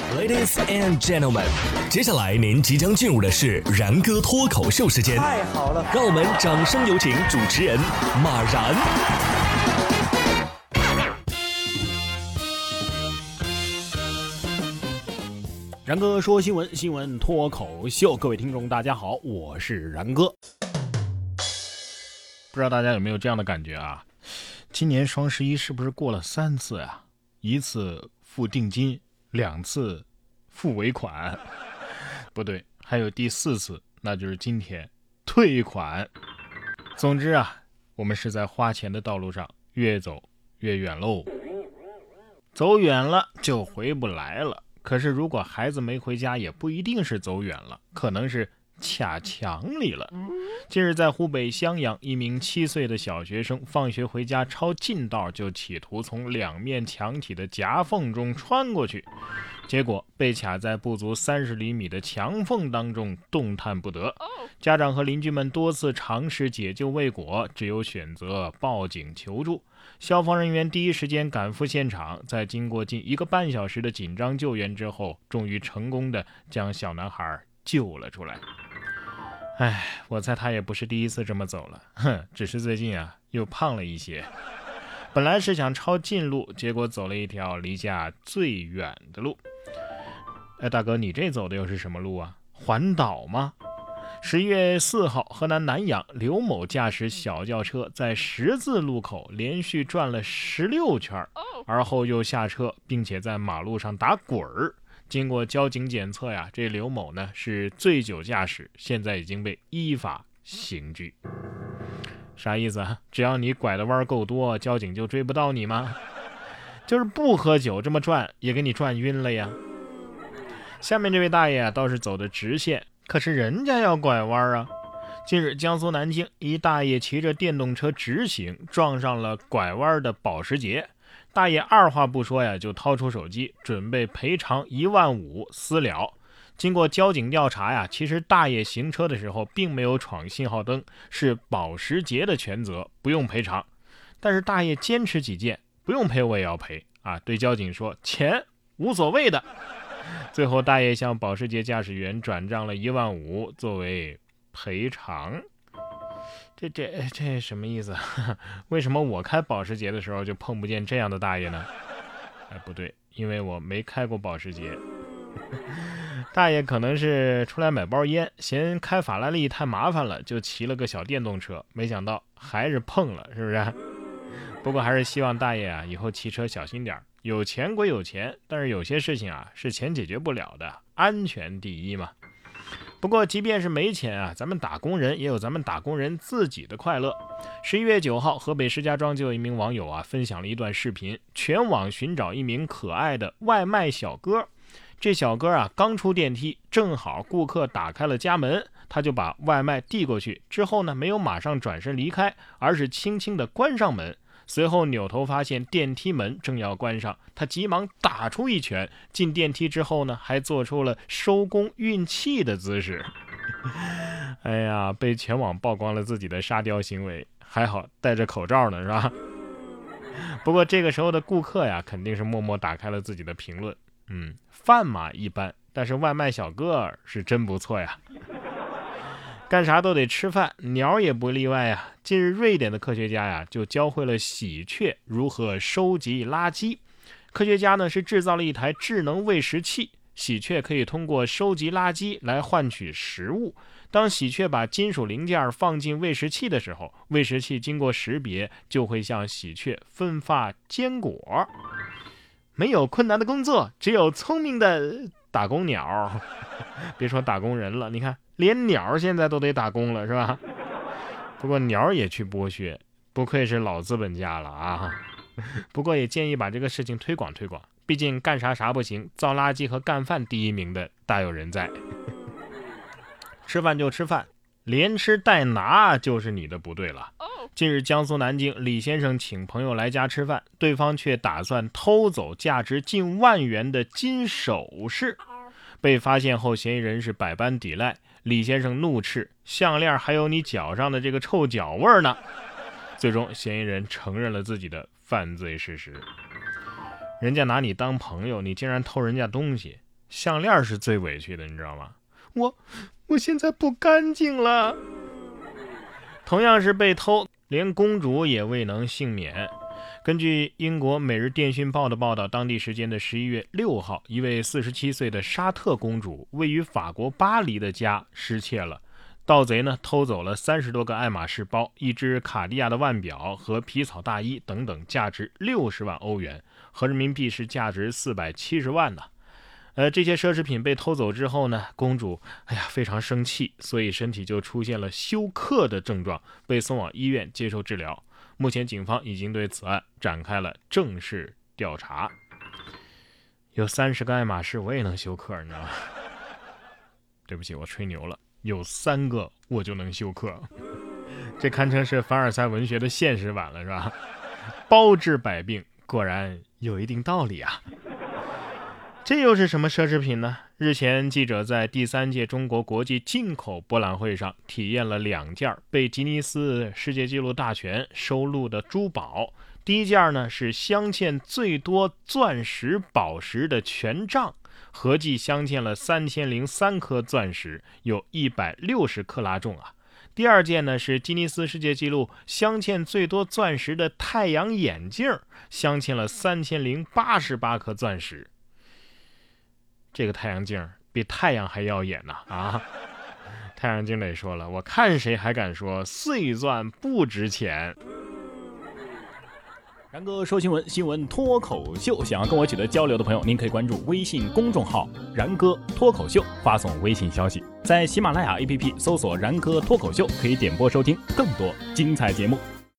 Ladies and gentlemen， 接下来您即将进入的是然哥脱口秀时间。 太好了， 让我们掌声有请主持人马然。 然哥说新闻，新闻脱口秀，各位听众大家好，我是然哥。不知道大家有没有这样的感觉啊？今年双11是不是过了3次啊？一次付定金，2次付尾款，不对，还有第4次，那就是今天退款。总之啊，我们是在花钱的道路上越走越远喽。走远了就回不来了。可是如果孩子没回家，也不一定是走远了，可能是卡墙里了。近日在湖北襄阳，一名7岁的小学生放学回家抄近道，就企图从2面墙体的夹缝中穿过去，结果被卡在不足30厘米的墙缝当中，动弹不得。家长和邻居们多次尝试解救未果，只有选择报警求助。消防人员第一时间赶赴现场，在经过近1个半小时的紧张救援之后，终于成功的将小男孩救了出来。我猜他也不是第一次这么走了，只是最近又胖了一些。本来是想抄近路，结果走了一条离家最远的路。大哥，你这走的又是什么路啊？环岛吗？11月4号，河南南阳刘某驾驶小轿车在十字路口连续转了16圈，而后又下车，并且在马路上打滚儿。经过交警检测这刘某呢是醉酒驾驶，现在已经被依法刑拘。啥意思啊？只要你拐的弯够多，交警就追不到你吗？就是不喝酒这么转也给你转晕了呀。下面这位大爷倒是走的直线，可是人家要拐弯啊。近日江苏南京，一大爷骑着电动车直行，撞上了拐弯的保时捷。大爷二话不说就掏出手机准备赔偿15000私了。经过交警调查其实大爷行车的时候并没有闯信号灯，是保时捷的全责，不用赔偿。但是大爷坚持己见，不用赔我也要赔对交警说钱无所谓的。最后大爷向保时捷驾驶员转账了15000作为赔偿。这什么意思？为什么我开保时捷的时候就碰不见这样的大爷呢？不对，因为我没开过保时捷。大爷可能是出来买包烟，嫌开法拉利太麻烦了，就骑了个小电动车，没想到还是碰了，是不是？不过还是希望大爷以后骑车小心点。有钱归有钱，但是有些事情是钱解决不了的，安全第一嘛。不过即便是没钱咱们打工人也有咱们打工人自己的快乐。11月9号，河北石家庄就有一名网友分享了一段视频，全网寻找一名可爱的外卖小哥。这小哥刚出电梯，正好顾客打开了家门，他就把外卖递过去，之后呢没有马上转身离开，而是轻轻地关上门。随后扭头发现电梯门正要关上，他急忙打出一拳，进电梯之后呢还做出了收工运气的姿势。被全网曝光了自己的沙雕行为，还好戴着口罩呢，是吧？不过这个时候的顾客肯定是默默打开了自己的评论。饭嘛一般，但是外卖小哥是真不错呀。干啥都得吃饭，鸟也不例外近日瑞典的科学家就教会了喜鹊如何收集垃圾。科学家呢是制造了一台智能喂食器，喜鹊可以通过收集垃圾来换取食物。当喜鹊把金属零件放进喂食器的时候，喂食器经过识别就会向喜鹊分发坚果。没有困难的工作，只有聪明的打工鸟。别说打工人了，你看连鸟现在都得打工了，是吧？不过鸟也去剥削，不愧是老资本家了不过也建议把这个事情推广推广，毕竟干啥不行，造垃圾和干饭第一名的大有人在。吃饭就吃饭，连吃带拿就是你的不对了。近日江苏南京，李先生请朋友来家吃饭，对方却打算偷走价值近10000元的金首饰。被发现后，嫌疑人是百般抵赖，李先生怒斥项链还有你脚上的这个臭脚味呢。最终嫌疑人承认了自己的犯罪事实。人家拿你当朋友，你竟然偷人家东西， 项链是最委屈的，你知道吗？我现在不干净了。同样是被偷，连公主也未能幸免。根据英国《每日电讯报》的报道，当地时间的11月6号，一位47岁的沙特公主位于法国巴黎的家失窃了。盗贼呢偷走了30多个爱马仕包、一只卡地亚的腕表和皮草大衣等等，价值60万欧元，合人民币是价值470万呢。这些奢侈品被偷走之后呢，公主非常生气，所以身体就出现了休克的症状，被送往医院接受治疗。目前警方已经对此案展开了正式调查。有30个爱马仕我也能休克，你知道吗？对不起，我吹牛了，有3个我就能休克。这堪称是凡尔赛文学的现实版了，是吧？包治百病，果然有一定道理啊。这又是什么奢侈品呢？日前，记者在第3届中国国际进口博览会上体验了2件被吉尼斯世界纪录大全收录的珠宝。第一件呢是镶嵌最多钻石宝石的权杖，合计镶嵌了3003颗钻石，有160克拉重啊。第二件呢是吉尼斯世界纪录镶嵌最多钻石的太阳眼镜，镶嵌了3088颗钻石。这个太阳镜比太阳还耀眼呢啊！太阳镜得说了，我看谁还敢说碎钻不值钱。 然哥说新闻，新闻脱口秀，想要跟我取得交流的朋友，您可以关注微信公众号然哥脱口秀，发送微信消息，在喜马拉雅 APP 搜索然哥脱口秀，可以点播收听更多精彩节目。